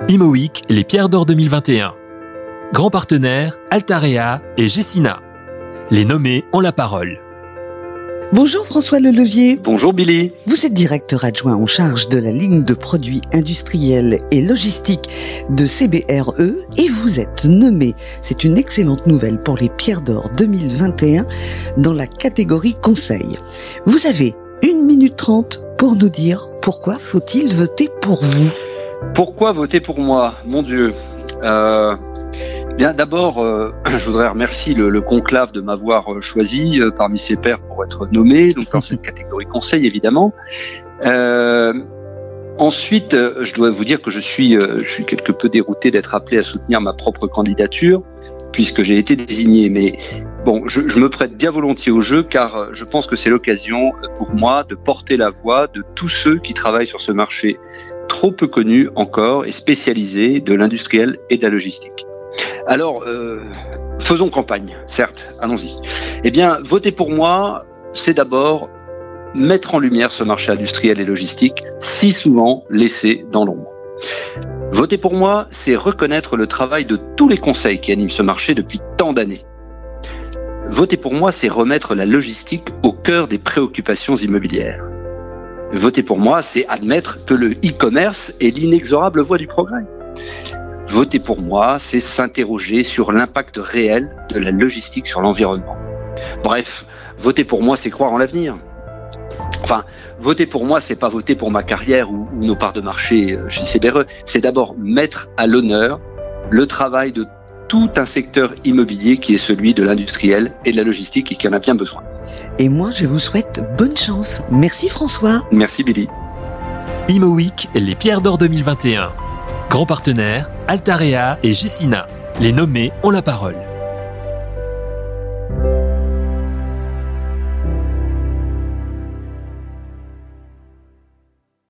Imo Week, les pierres d'or 2021. Grand partenaire, Altarea et Gessina. Les nommés ont la parole. Bonjour François Lelevier. Bonjour Billy. Vous êtes directeur adjoint en charge de la ligne de produits industriels et logistiques de CBRE et vous êtes nommé, c'est une excellente nouvelle pour les pierres d'or 2021 dans la catégorie conseil. Vous avez 1 minute 30 pour nous dire pourquoi faut-il voter pour vous. Pourquoi voter pour moi ? Mon Dieu. Bien, d'abord, je voudrais remercier le conclave de m'avoir choisi parmi ses pairs pour être nommé, donc dans cette catégorie conseil évidemment. Ensuite, je dois vous dire que je suis quelque peu dérouté d'être appelé à soutenir ma propre candidature, puisque j'ai été désigné. Mais bon, je me prête bien volontiers au jeu, car je pense que c'est l'occasion pour moi de porter la voix de tous ceux qui travaillent sur ce marché trop peu connu encore et spécialisé de l'industriel et de la logistique. Alors, faisons campagne, certes, allons-y. Eh bien, voter pour moi, c'est d'abord mettre en lumière ce marché industriel et logistique, si souvent laissé dans l'ombre. Voter pour moi, c'est reconnaître le travail de tous les conseils qui animent ce marché depuis tant d'années. Voter pour moi, c'est remettre la logistique au cœur des préoccupations immobilières. Voter pour moi, c'est admettre que le e-commerce est l'inexorable voie du progrès. Voter pour moi, c'est s'interroger sur l'impact réel de la logistique sur l'environnement. Bref, voter pour moi, c'est croire en l'avenir. Enfin, voter pour moi, c'est pas voter pour ma carrière ou nos parts de marché chez CBRE. C'est d'abord mettre à l'honneur le travail de tout un secteur immobilier qui est celui de l'industriel et de la logistique et qui en a bien besoin. Et moi, je vous souhaite bonne chance. Merci François. Merci Billy. Imo Week, les pierres d'or 2021. Grand partenaire, Altarea et Gessina. Les nommés ont la parole.